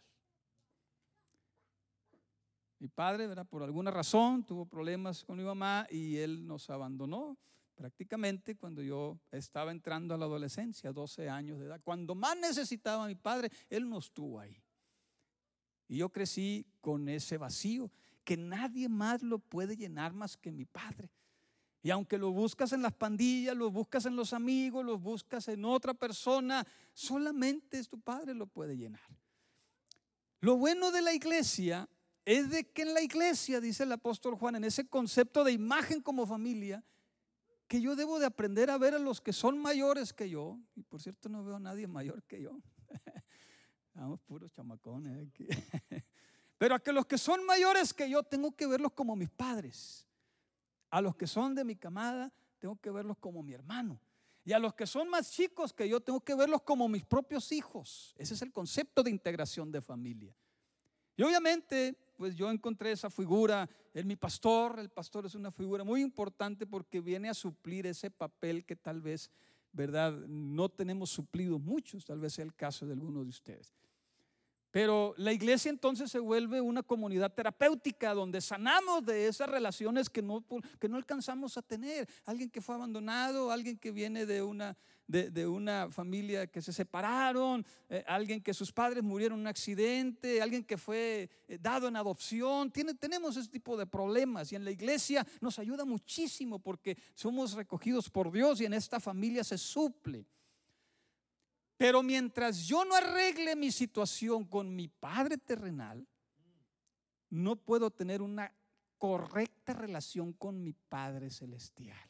Mi padre, ¿verdad?, por alguna razón tuvo problemas con mi mamá y él nos abandonó prácticamente cuando yo estaba entrando a la adolescencia, 12 años de edad. Cuando más necesitaba a mi padre, él no estuvo ahí. Y yo crecí con ese vacío que nadie más lo puede llenar más que mi padre. Y aunque lo buscas en las pandillas, lo buscas en los amigos, lo buscas en otra persona, solamente tu padre lo puede llenar. Lo bueno de la iglesia es de que en la iglesia, dice el apóstol Juan, en ese concepto de imagen como familia, que yo debo de aprender a ver a los que son mayores que yo. Y por cierto no veo a nadie mayor que yo. Estamos puros chamacones aquí. Pero a que los que son mayores que yo tengo que verlos como mis padres. A los que son de mi camada tengo que verlos como mi hermano. Y a los que son más chicos que yo, tengo que verlos como mis propios hijos. Ese es el concepto de integración de familia. Y obviamente, pues yo encontré esa figura en mi pastor. El pastor es una figura muy importante porque viene a suplir ese papel que tal vez, ¿verdad?, no tenemos suplido muchos. Tal vez sea el caso de algunos de ustedes. Pero la iglesia entonces se vuelve una comunidad terapéutica donde sanamos de esas relaciones que no alcanzamos a tener. Alguien que fue abandonado, alguien que viene de una familia que se separaron, alguien que sus padres murieron en un accidente, alguien que fue dado en adopción. Tenemos ese tipo de problemas y en la iglesia nos ayuda muchísimo porque somos recogidos por Dios y en esta familia se suple. Pero mientras yo no arregle mi situación con mi Padre terrenal, no puedo tener una correcta relación con mi Padre celestial.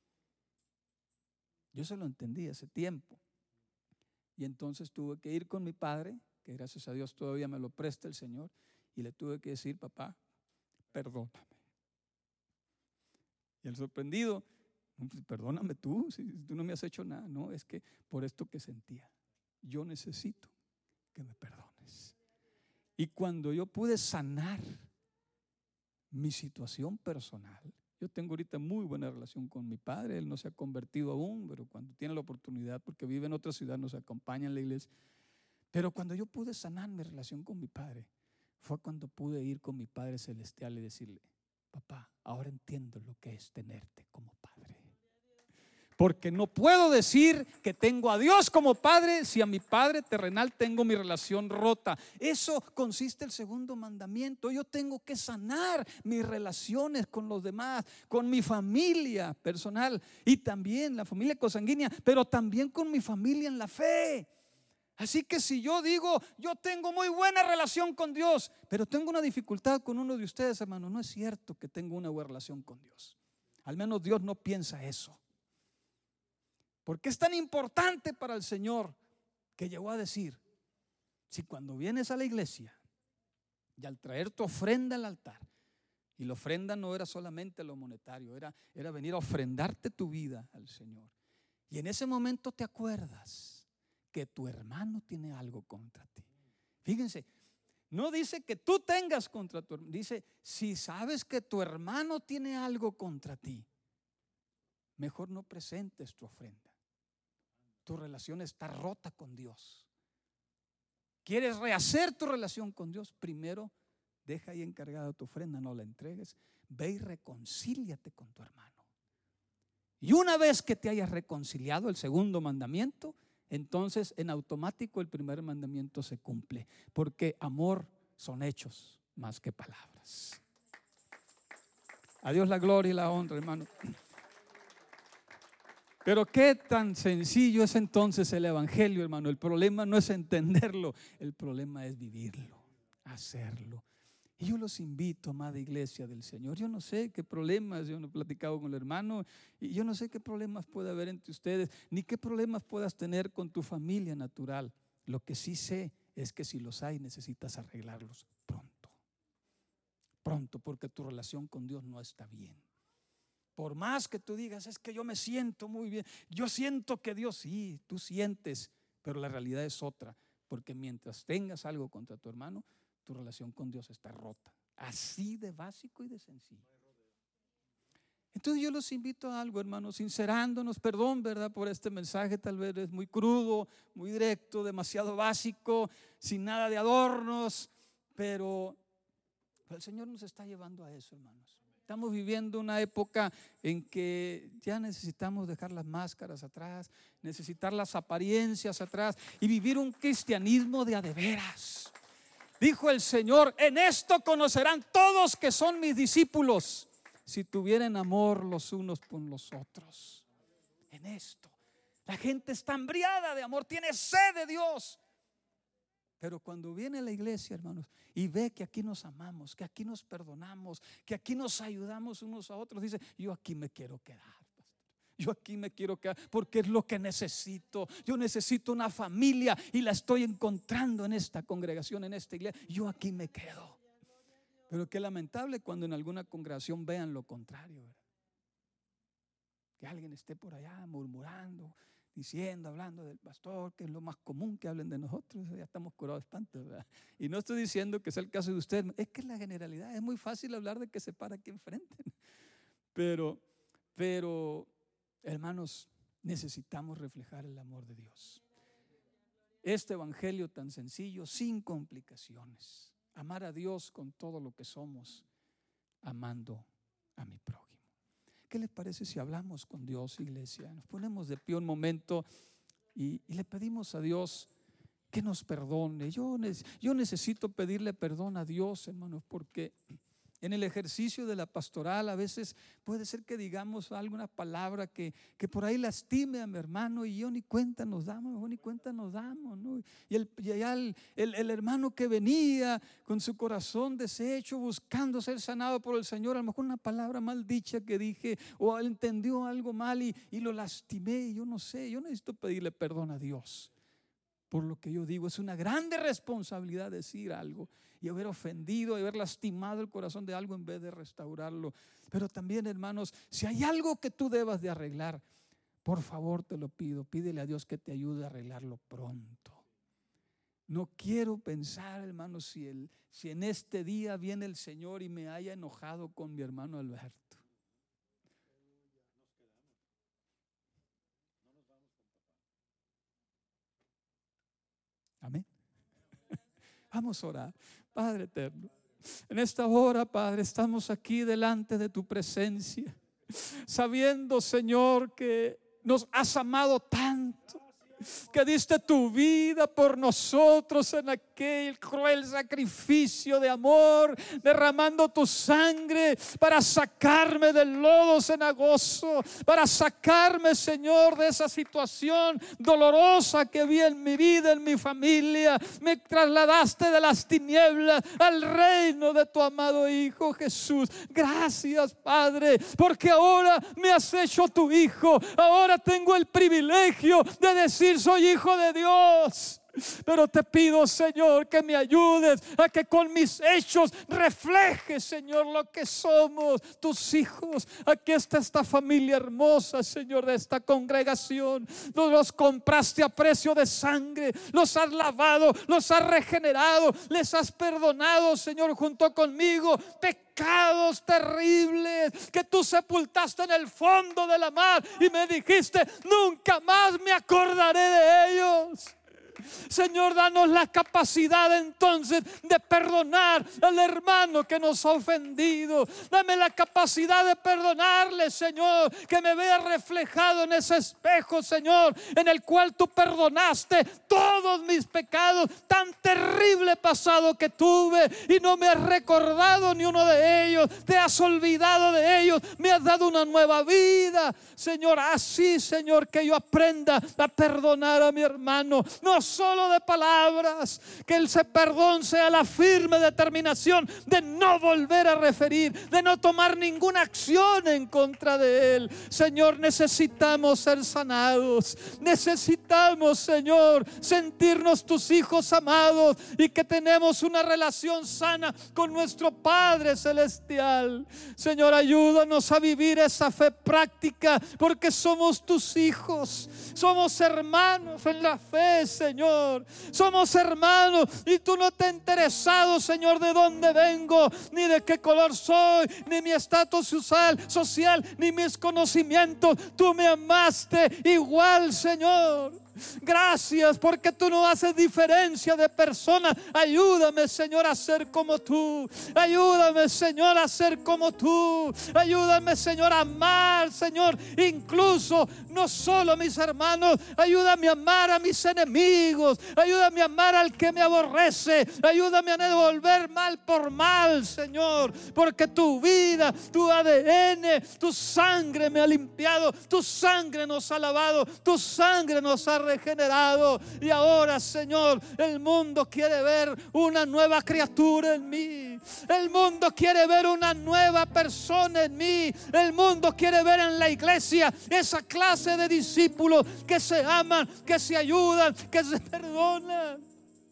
Yo se lo entendí hace tiempo. Y entonces tuve que ir con mi Padre, que gracias a Dios todavía me lo presta el Señor, y le tuve que decir: papá, perdóname. Y el sorprendido: perdóname tú, si tú no me has hecho nada. No, es que por esto que sentía, yo necesito que me perdones. Y cuando yo pude sanar mi situación personal, yo tengo ahorita muy buena relación con mi padre. Él no se ha convertido aún, pero cuando tiene la oportunidad, porque vive en otra ciudad, nos acompaña en la iglesia. Pero cuando yo pude sanar mi relación con mi padre, fue cuando pude ir con mi Padre celestial y decirle: papá, ahora entiendo lo que es tenerte como padre. Porque no puedo decir que tengo a Dios como Padre si a mi Padre terrenal tengo mi relación rota. Eso consiste el segundo mandamiento. Yo tengo que sanar mis relaciones con los demás, con mi familia personal y también la familia consanguínea, pero también con mi familia en la fe. Así que si yo digo: yo tengo muy buena relación con Dios, pero tengo una dificultad con uno de ustedes, hermano, no es cierto que tengo una buena relación con Dios. Al menos Dios no piensa eso. Porque es tan importante para el Señor que llegó a decir: si cuando vienes a la iglesia y al traer tu ofrenda al altar, y la ofrenda no era solamente lo monetario, era venir a ofrendarte tu vida al Señor, y en ese momento te acuerdas que tu hermano tiene algo contra ti. Fíjense, no dice que tú tengas contra tu hermano, dice: si sabes que tu hermano tiene algo contra ti, mejor no presentes tu ofrenda. Tu relación está rota con Dios. ¿Quieres rehacer tu relación con Dios? Primero, deja ahí encargada tu ofrenda, no la entregues. Ve y reconcíliate con tu hermano. Y una vez que te hayas reconciliado, el segundo mandamiento, entonces en automático el primer mandamiento se cumple. Porque amor son hechos más que palabras. A Dios la gloria y la honra, hermano. Pero qué tan sencillo es entonces el evangelio, hermano. El problema no es entenderlo, el problema es vivirlo, hacerlo. Y yo los invito, amada iglesia del Señor. Yo no sé qué problemas, yo no he platicado con el hermano, y yo no sé qué problemas puede haber entre ustedes, ni qué problemas puedas tener con tu familia natural. Lo que sí sé es que si los hay, necesitas arreglarlos pronto. Pronto, porque tu relación con Dios no está bien. Por más que tú digas: es que yo me siento muy bien, yo siento que Dios, sí, tú sientes, pero la realidad es otra. Porque mientras tengas algo contra tu hermano, tu relación con Dios está rota. Así de básico y de sencillo. Entonces yo los invito a algo, hermanos, sincerándonos. Perdón, ¿verdad?, por este mensaje, tal vez es muy crudo, muy directo, demasiado básico, sin nada de adornos, pero el Señor nos está llevando a eso, hermanos. Estamos viviendo una época en que ya necesitamos dejar las máscaras atrás, necesitar las apariencias atrás y vivir un cristianismo de a de veras. Dijo el Señor: en esto conocerán todos que son mis discípulos, si tuvieren amor los unos con los otros. En esto. La gente está hambriada de amor, tiene sed de Dios. Pero cuando viene a la iglesia, hermanos, y ve que aquí nos amamos, que aquí nos perdonamos, que aquí nos ayudamos unos a otros, dice: yo aquí me quiero quedar, pastor. Yo aquí me quiero quedar porque es lo que necesito. Yo necesito una familia y la estoy encontrando en esta congregación, en esta iglesia. Yo aquí me quedo. Pero qué lamentable cuando en alguna congregación vean lo contrario, ¿verdad? que alguien esté por allá murmurando, diciendo, hablando del pastor, que es lo más común que hablen de nosotros. Ya estamos curados de espanto, ¿verdad? Y no estoy diciendo que sea el caso de usted, es que la generalidad es muy fácil hablar de que se para aquí enfrente, pero hermanos, necesitamos reflejar el amor de Dios. Este evangelio tan sencillo, sin complicaciones. Amar a Dios con todo lo que somos, amando a mi prójimo. ¿Qué les parece si hablamos con Dios, iglesia? Nos ponemos de pie un momento y le pedimos a Dios que nos perdone. Yo necesito pedirle perdón a Dios, hermanos, porque en el ejercicio de la pastoral a veces puede ser que digamos alguna palabra que por ahí lastime a mi hermano y yo ni cuenta nos damos, ¿no? Y el hermano que venía con su corazón deshecho, buscando ser sanado por el Señor, a lo mejor una palabra mal dicha que dije o entendió algo mal y lo lastimé. Yo no sé, yo necesito pedirle perdón a Dios por lo que yo digo. Es una grande responsabilidad decir algo y haber ofendido, haber lastimado el corazón de algo en vez de restaurarlo. Pero también, hermanos, si hay algo que tú debas de arreglar, por favor te lo pido, pídele a Dios que te ayude a arreglarlo pronto. No quiero pensar, hermanos, si en este día viene el Señor y me haya enojado con mi hermano Alberto. Amén. Vamos a orar. Padre eterno, en esta hora, Padre, estamos aquí delante de tu presencia, sabiendo, Señor, que nos has amado tanto, que diste tu vida por nosotros en aquel cruel sacrificio de amor, derramando tu sangre para sacarme del lodo cenagoso, para sacarme, Señor, de esa situación dolorosa que vi en mi vida, en mi familia. Me trasladaste de las tinieblas al reino de tu amado Hijo Jesús. Gracias, Padre, porque ahora me has hecho tu hijo. Ahora tengo el privilegio de decir: soy hijo de Dios. Pero te pido, Señor, que me ayudes a que con mis hechos refleje, Señor, lo que somos, tus hijos. Aquí está esta familia hermosa, Señor, de esta congregación. Los compraste a precio de sangre, los has lavado, los has regenerado, les has perdonado, Señor, junto conmigo pecados terribles que tú sepultaste en el fondo de la mar y me dijiste: nunca más me acordaré de ellos. Señor, danos la capacidad entonces de perdonar al hermano que nos ha ofendido. Dame la capacidad de perdonarle, Señor, que me vea reflejado en ese espejo, Señor, en el cual tú perdonaste todos mis pecados, tan terrible pasado que tuve y no me has recordado ni uno de ellos. Te has olvidado de ellos, me has dado una nueva vida, Señor. Así, Señor, que yo aprenda a perdonar a mi hermano, no solo de palabras, que ese perdón sea la firme determinación de no volver a referir, de no tomar ninguna acción en contra de él. Señor, necesitamos ser sanados, necesitamos, Señor, sentirnos tus hijos amados y que tenemos una relación sana con nuestro Padre Celestial. Señor, ayúdanos a vivir esa fe práctica, porque somos tus hijos, somos hermanos en la fe, Señor. Somos hermanos y tú no te has interesado, Señor, de dónde vengo, ni de qué color soy, ni mi estatus social, ni mis conocimientos. Tú me amaste igual, Señor. Gracias porque tú no haces diferencia de personas. Ayúdame, Señor, a ser como tú. Ayúdame, Señor, a ser como tú. Ayúdame, Señor, a amar, Señor, incluso no solo a mis hermanos. Ayúdame a amar a mis enemigos. Ayúdame a amar al que me aborrece. Ayúdame a no devolver mal por mal, Señor, porque tu vida, tu ADN, tu sangre me ha limpiado, tu sangre nos ha lavado, tu sangre nos ha regenerado. Y ahora, Señor, el mundo quiere ver una nueva criatura en mí. El mundo quiere ver una nueva persona en mí. El mundo quiere ver en la iglesia esa clase de discípulos que se aman, que se ayudan, que se perdonan.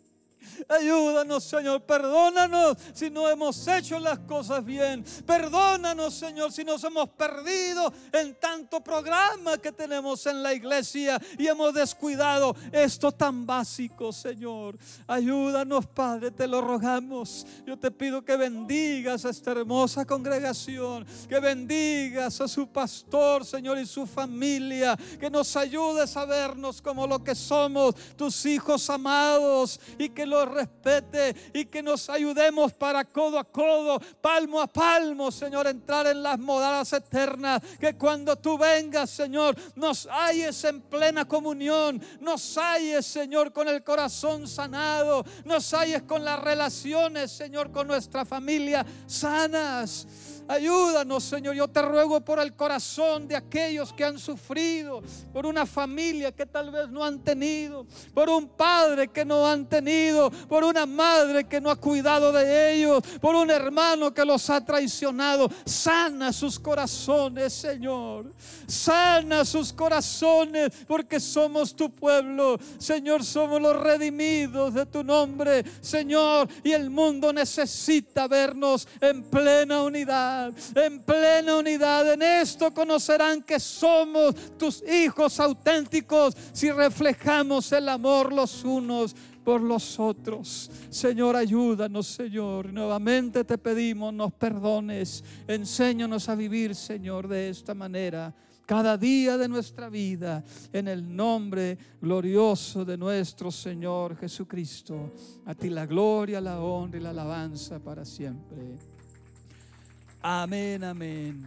Ayúdanos, Señor, perdónanos si no hemos hecho las cosas bien. Perdónanos, Señor, si nos hemos perdido en tanto programa que tenemos en la iglesia y hemos descuidado esto tan básico, Señor. Ayúdanos, Padre, te lo rogamos. Yo te pido que bendigas a esta hermosa congregación, que bendigas a su pastor, Señor, y su familia, que nos ayudes a vernos como lo que somos, tus hijos amados, y que los respete y que nos ayudemos para codo a codo, palmo a palmo, Señor, entrar en las moradas eternas. Que cuando tú vengas, Señor, nos halles en plena comunión, nos halles, Señor, con el corazón sanado, nos halles con las relaciones, Señor, con nuestra familia sanas. Ayúdanos, Señor. Yo te ruego por el corazón de aquellos que han sufrido, por una familia que tal vez no han tenido, por un padre que no han tenido, por una madre que no ha cuidado de ellos, por un hermano que los ha traicionado. Sana sus corazones, Señor. Sana sus corazones, porque somos tu pueblo, Señor. Somos los redimidos de tu nombre, Señor, y el mundo necesita vernos en plena unidad. En plena unidad. En esto conocerán que somos tus hijos auténticos, si reflejamos el amor los unos por los otros. Señor, ayúdanos, Señor. Nuevamente te pedimos, nos perdones. Enséñanos a vivir, Señor, de esta manera cada día de nuestra vida, en el nombre glorioso de nuestro Señor Jesucristo. A ti la gloria, la honra y la alabanza para siempre. Amén, amén.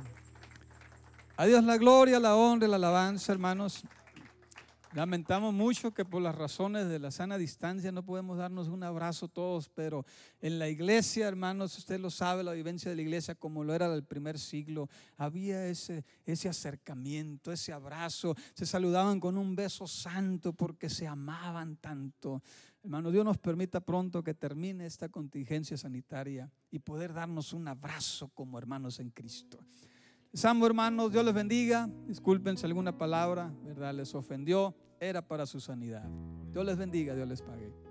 A Dios la gloria, la honra y la alabanza, hermanos. Lamentamos mucho que por las razones de la sana distancia no podemos darnos un abrazo todos, pero en la iglesia, hermanos, usted lo sabe, la vivencia de la iglesia como lo era del primer siglo, había ese acercamiento, ese abrazo, se saludaban con un beso santo porque se amaban tanto. Hermano, Dios nos permita pronto que termine esta contingencia sanitaria y poder darnos un abrazo como hermanos en Cristo. Les amo, hermanos, Dios les bendiga. Disculpen si alguna palabra, ¿verdad?, les ofendió. Era para su sanidad. Dios les bendiga, Dios les pague.